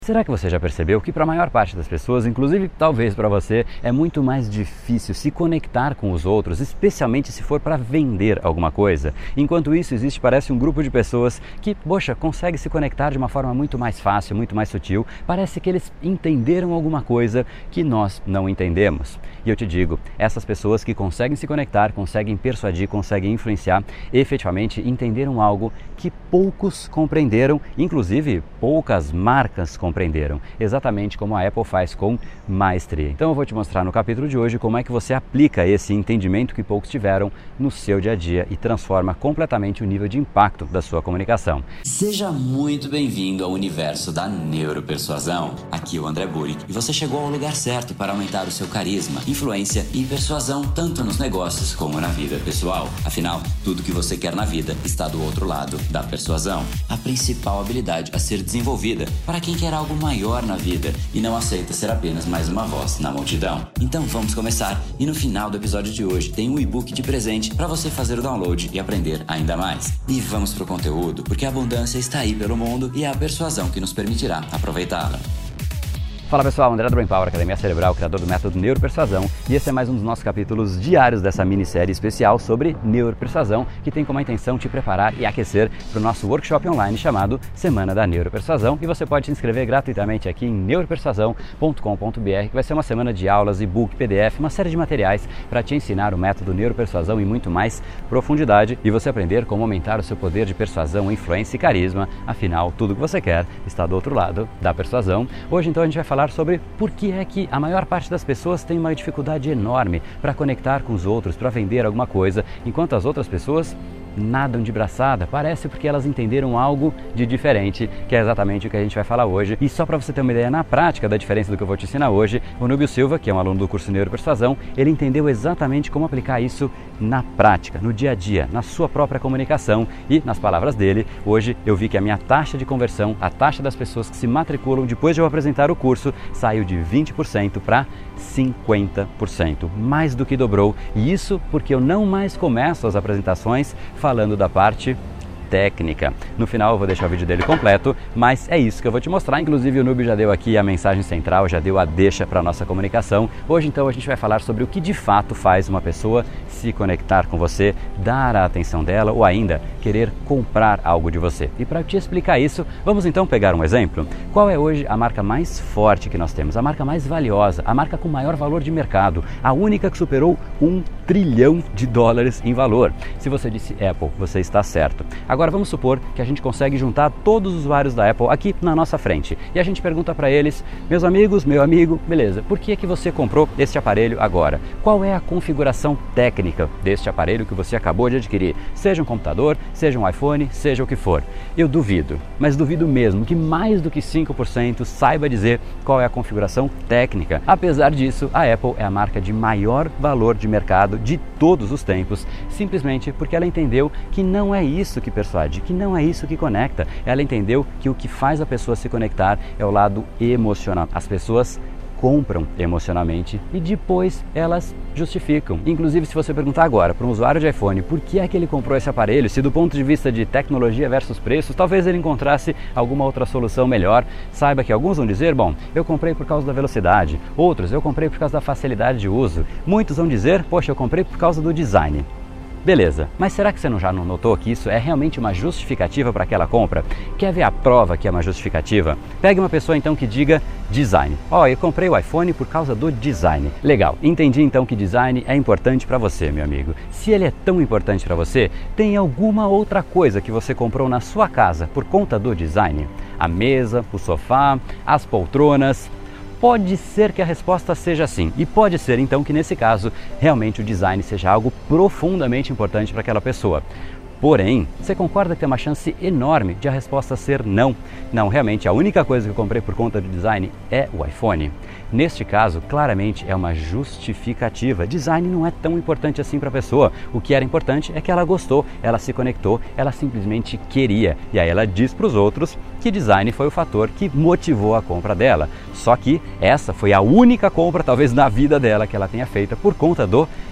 Será que você já percebeu que para a maior parte das pessoas, inclusive talvez para você, é muito mais difícil se conectar com os outros, especialmente se for para vender alguma coisa? Enquanto isso, parece um grupo de pessoas que, consegue se conectar de uma forma muito mais fácil, muito mais sutil. Parece que eles entenderam alguma coisa que nós não entendemos. E eu te digo, essas pessoas que conseguem se conectar, conseguem persuadir, conseguem influenciar, efetivamente entenderam algo que poucos compreenderam, inclusive poucas marcas compreenderam, exatamente como a Apple faz com maestria. Então eu vou te mostrar no capítulo de hoje como é que você aplica esse entendimento que poucos tiveram no seu dia a dia e transforma completamente o nível de impacto da sua comunicação. Seja muito bem-vindo ao universo da neuropersuasão. Aqui é o André Burick e você chegou ao lugar certo para aumentar o seu carisma, influência e persuasão tanto nos negócios como na vida pessoal. Afinal, tudo que você quer na vida está do outro lado da persuasão. A principal habilidade a ser desenvolvida para quem quer algo maior na vida e não aceita ser apenas mais uma voz na multidão. Então vamos começar e no final do episódio de hoje tem um e-book de presente para você fazer o download e aprender ainda mais. E vamos pro conteúdo, porque a abundância está aí pelo mundo e é a persuasão que nos permitirá aproveitá-la. Fala pessoal, André do Brain Power, Academia Cerebral, criador do método Neuropersuasão, e esse é mais um dos nossos capítulos diários dessa minissérie especial sobre neuropersuasão, que tem como intenção te preparar e aquecer para o nosso workshop online chamado Semana da Neuropersuasão, e você pode se inscrever gratuitamente aqui em neuropersuasão.com.br, que vai ser uma semana de aulas, e-book, PDF, uma série de materiais para te ensinar o método Neuropersuasão em muito mais profundidade e você aprender como aumentar o seu poder de persuasão, influência e carisma. Afinal, tudo que você quer está do outro lado da persuasão. Hoje então a gente vai falar sobre por que é que a maior parte das pessoas tem uma dificuldade enorme para conectar com os outros, para vender alguma coisa, enquanto as outras pessoas nadam de braçada. Parece porque elas entenderam algo de diferente, que é exatamente o que a gente vai falar hoje. E só para você ter uma ideia na prática da diferença do que eu vou te ensinar hoje, o Núbio Silva, que é um aluno do curso Neuropersuasão, ele entendeu exatamente como aplicar isso na prática, no dia a dia, na sua própria comunicação. E, nas palavras dele, hoje eu vi que a minha taxa de conversão, a taxa das pessoas que se matriculam depois de eu apresentar o curso, saiu de 20% para 50%, mais do que dobrou. E isso porque eu não mais começo as apresentações falando da parte técnica. No final eu vou deixar o vídeo dele completo, mas é isso que eu vou te mostrar. Inclusive o Núbio já deu aqui a mensagem central, já deu a deixa para a nossa comunicação. Hoje então a gente vai falar sobre o que de fato faz uma pessoa se conectar com você, dar a atenção dela ou ainda querer comprar algo de você. E para te explicar isso, vamos então pegar um exemplo. Qual é hoje a marca mais forte que nós temos? A marca mais valiosa, a marca com maior valor de mercado, a única que superou $1 trilhão em valor. Se você disse Apple, você está certo. Agora vamos supor que a gente consegue juntar todos os usuários da Apple aqui na nossa frente e a gente pergunta para eles: meus amigos, meu amigo, beleza, por que é que você comprou este aparelho agora? Qual é a configuração técnica deste aparelho que você acabou de adquirir? Seja um computador, seja um iPhone, seja o que for. Eu duvido, mas duvido mesmo que mais do que 5% saiba dizer qual é a configuração técnica. Apesar disso, a Apple é a marca de maior valor de mercado de todos os tempos, simplesmente porque ela entendeu que não é isso que persuade, que não é isso que conecta. Ela entendeu que o que faz a pessoa se conectar é o lado emocional. As pessoas compram emocionalmente e depois elas justificam. Inclusive, se você perguntar agora para um usuário de iPhone por que é que ele comprou esse aparelho, se do ponto de vista de tecnologia versus preços, talvez ele encontrasse alguma outra solução melhor. Saiba que alguns vão dizer: bom, eu comprei por causa da velocidade, outros, eu comprei por causa da facilidade de uso, muitos vão dizer: poxa, eu comprei por causa do design. Beleza, mas será que você já não notou que isso é realmente uma justificativa para aquela compra? Quer ver a prova que é uma justificativa? Pegue uma pessoa então que diga design. Eu comprei o iPhone por causa do design. Legal, entendi então que design é importante para você, meu amigo. Se ele é tão importante para você, tem alguma outra coisa que você comprou na sua casa por conta do design? A mesa, o sofá, as poltronas? Pode ser que a resposta seja sim, e pode ser então que nesse caso realmente o design seja algo profundamente importante para aquela pessoa. Porém, você concorda que tem uma chance enorme de a resposta ser não? Não, realmente a única coisa que eu comprei por conta do design é o iPhone. Neste caso, claramente é uma justificativa. Design não é tão importante assim para a pessoa. O que era importante é que ela gostou, ela se conectou, ela simplesmente queria. E aí ela diz para os outros que design foi o fator que motivou a compra dela. Só que essa foi a única compra, talvez na vida dela, que ela tenha feita por conta do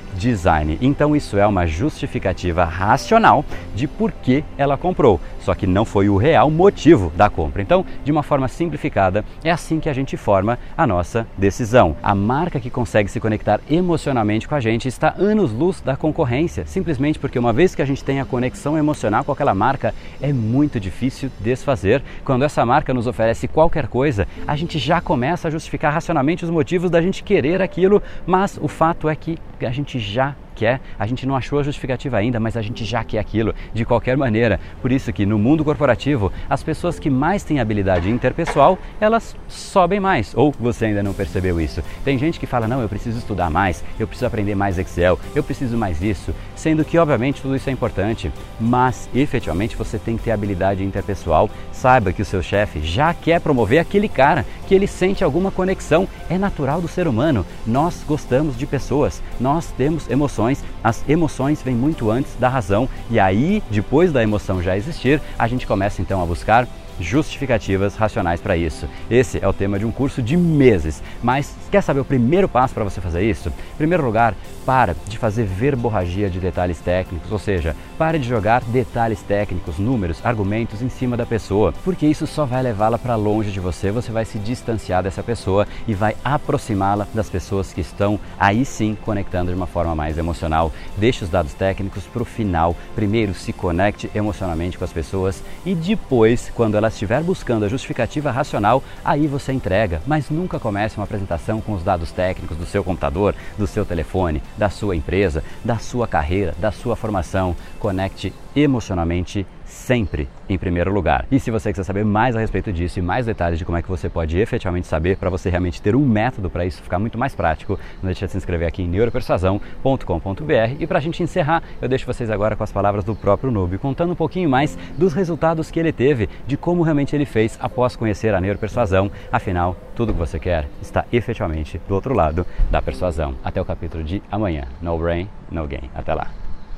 design. Então isso é uma justificativa racional de por que ela comprou, só que não foi o real motivo da compra. Então, de uma forma simplificada, é assim que a gente forma a nossa decisão. A marca que consegue se conectar emocionalmente com a gente está anos-luz da concorrência, simplesmente porque uma vez que a gente tem a conexão emocional com aquela marca, é muito difícil desfazer. Quando essa marca nos oferece qualquer coisa, a gente já começa a justificar racionalmente os motivos da gente querer aquilo, mas o fato é que a gente já quer, a gente não achou a justificativa ainda, mas a gente já quer aquilo de qualquer maneira. Por isso que no mundo corporativo, as pessoas que mais têm habilidade interpessoal, elas sobem mais. Ou você ainda não percebeu isso? Tem gente que fala, não, eu preciso estudar mais, eu preciso aprender mais Excel, eu preciso mais isso, sendo que obviamente tudo isso é importante, mas efetivamente você tem que ter habilidade interpessoal. Saiba que o seu chefe já quer promover aquele cara, que ele sente alguma conexão. É natural do ser humano, nós gostamos de pessoas, nós temos emoções. As emoções vêm muito antes da razão e aí, depois da emoção já existir, a gente começa então a buscar justificativas racionais para isso. Esse é o tema de um curso de meses, mas quer saber o primeiro passo para você fazer isso? Em primeiro lugar, para de fazer verborragia de detalhes técnicos, ou seja, pare de jogar detalhes técnicos, números, argumentos em cima da pessoa, porque isso só vai levá-la para longe de você, você vai se distanciar dessa pessoa e vai aproximá-la das pessoas que estão aí sim conectando de uma forma mais emocional. Deixe os dados técnicos para o final, primeiro se conecte emocionalmente com as pessoas e depois, quando ela estiver buscando a justificativa racional, aí você entrega, mas nunca comece uma apresentação com os dados técnicos do seu computador, do seu telefone, da sua empresa, da sua carreira, da sua formação. Conecte emocionalmente sempre em primeiro lugar. E se você quiser saber mais a respeito disso e mais detalhes de como é que você pode efetivamente saber, para você realmente ter um método para isso ficar muito mais prático, não deixe de se inscrever aqui em neuropersuasão.com.br. E para a gente encerrar, eu deixo vocês agora com as palavras do próprio Núbio, contando um pouquinho mais dos resultados que ele teve, de como realmente ele fez após conhecer a neuropersuasão. Afinal, tudo que você quer está efetivamente do outro lado da persuasão. Até o capítulo de amanhã. No brain, no gain. Até lá.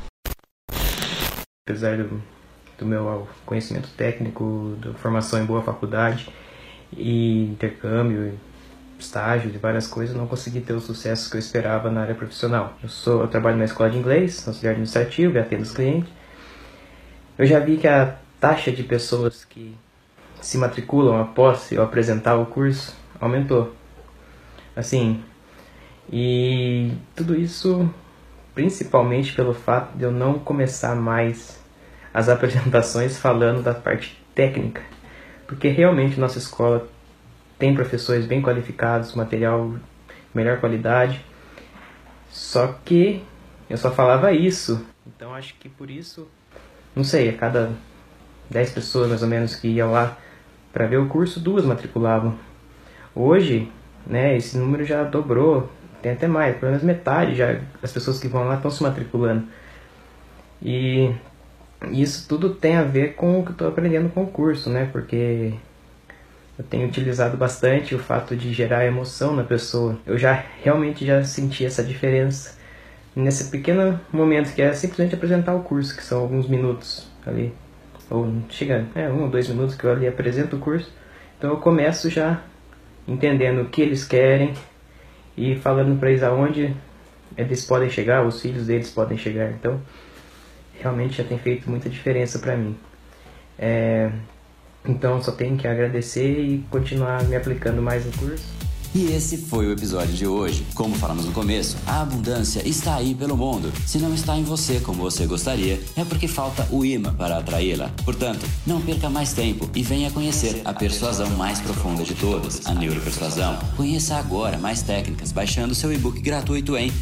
Apesar do meu conhecimento técnico, da formação em boa faculdade e intercâmbio, estágio e várias coisas, não consegui ter o sucesso que eu esperava na área profissional. Eu trabalho na escola de inglês, auxiliar administrativo e atendo os clientes. Eu já vi que a taxa de pessoas que se matriculam após eu apresentar o curso aumentou. Assim, e tudo isso principalmente pelo fato de eu não começar mais as apresentações falando da parte técnica, porque realmente nossa escola tem professores bem qualificados, material de melhor qualidade, só que eu só falava isso. Então acho que por isso, não sei, a cada 10 pessoas mais ou menos que iam lá para ver o curso, 2 matriculavam. Hoje, né, esse número já dobrou, tem até mais, pelo menos metade já das pessoas que vão lá estão se matriculando. E isso tudo tem a ver com o que eu estou aprendendo com o curso, né? Porque eu tenho utilizado bastante o fato de gerar emoção na pessoa. Eu realmente já senti essa diferença nesse pequeno momento que é simplesmente apresentar o curso, que são alguns minutos ali, ou chega 1 ou 2 minutos que eu ali apresento o curso. Então eu começo já entendendo o que eles querem e falando para eles aonde eles podem chegar, os filhos deles podem chegar. Então realmente já tem feito muita diferença para mim. Então só tenho que agradecer e continuar me aplicando mais no curso. E esse foi o episódio de hoje. Como falamos no começo, a abundância está aí pelo mundo. Se não está em você como você gostaria, é porque falta o imã para atraí-la. Portanto, não perca mais tempo e venha conhecer a persuasão mais profunda de todas, a neuropersuasão. Conheça agora mais técnicas baixando seu e-book gratuito em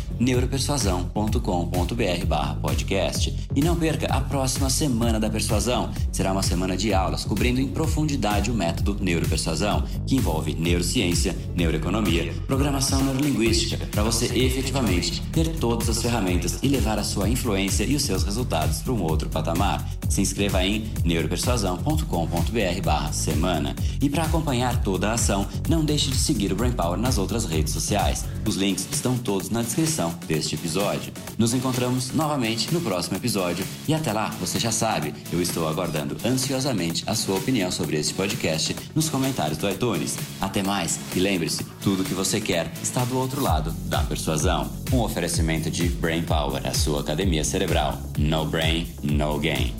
neuropersuasão.com.br/podcast. E não perca a próxima Semana da Persuasão. Será uma semana de aulas cobrindo em profundidade o método neuropersuasão, que envolve neurociência, neuroeconomia, programação neurolinguística, para você efetivamente ter todas as ferramentas e levar a sua influência e os seus resultados para um outro patamar. Se inscreva em neuropersuasão.com.br/semana. E para acompanhar toda a ação, não deixe de seguir o Brain Power nas outras redes sociais. Os links estão todos na descrição deste episódio. Nos encontramos novamente no próximo episódio e até lá, você já sabe, eu estou aguardando ansiosamente a sua opinião sobre este podcast nos comentários do iTunes. Até mais e lembre-se, tudo que você quer está do outro lado da persuasão. Um oferecimento de Brain Power, a sua academia cerebral. No brain, no gain.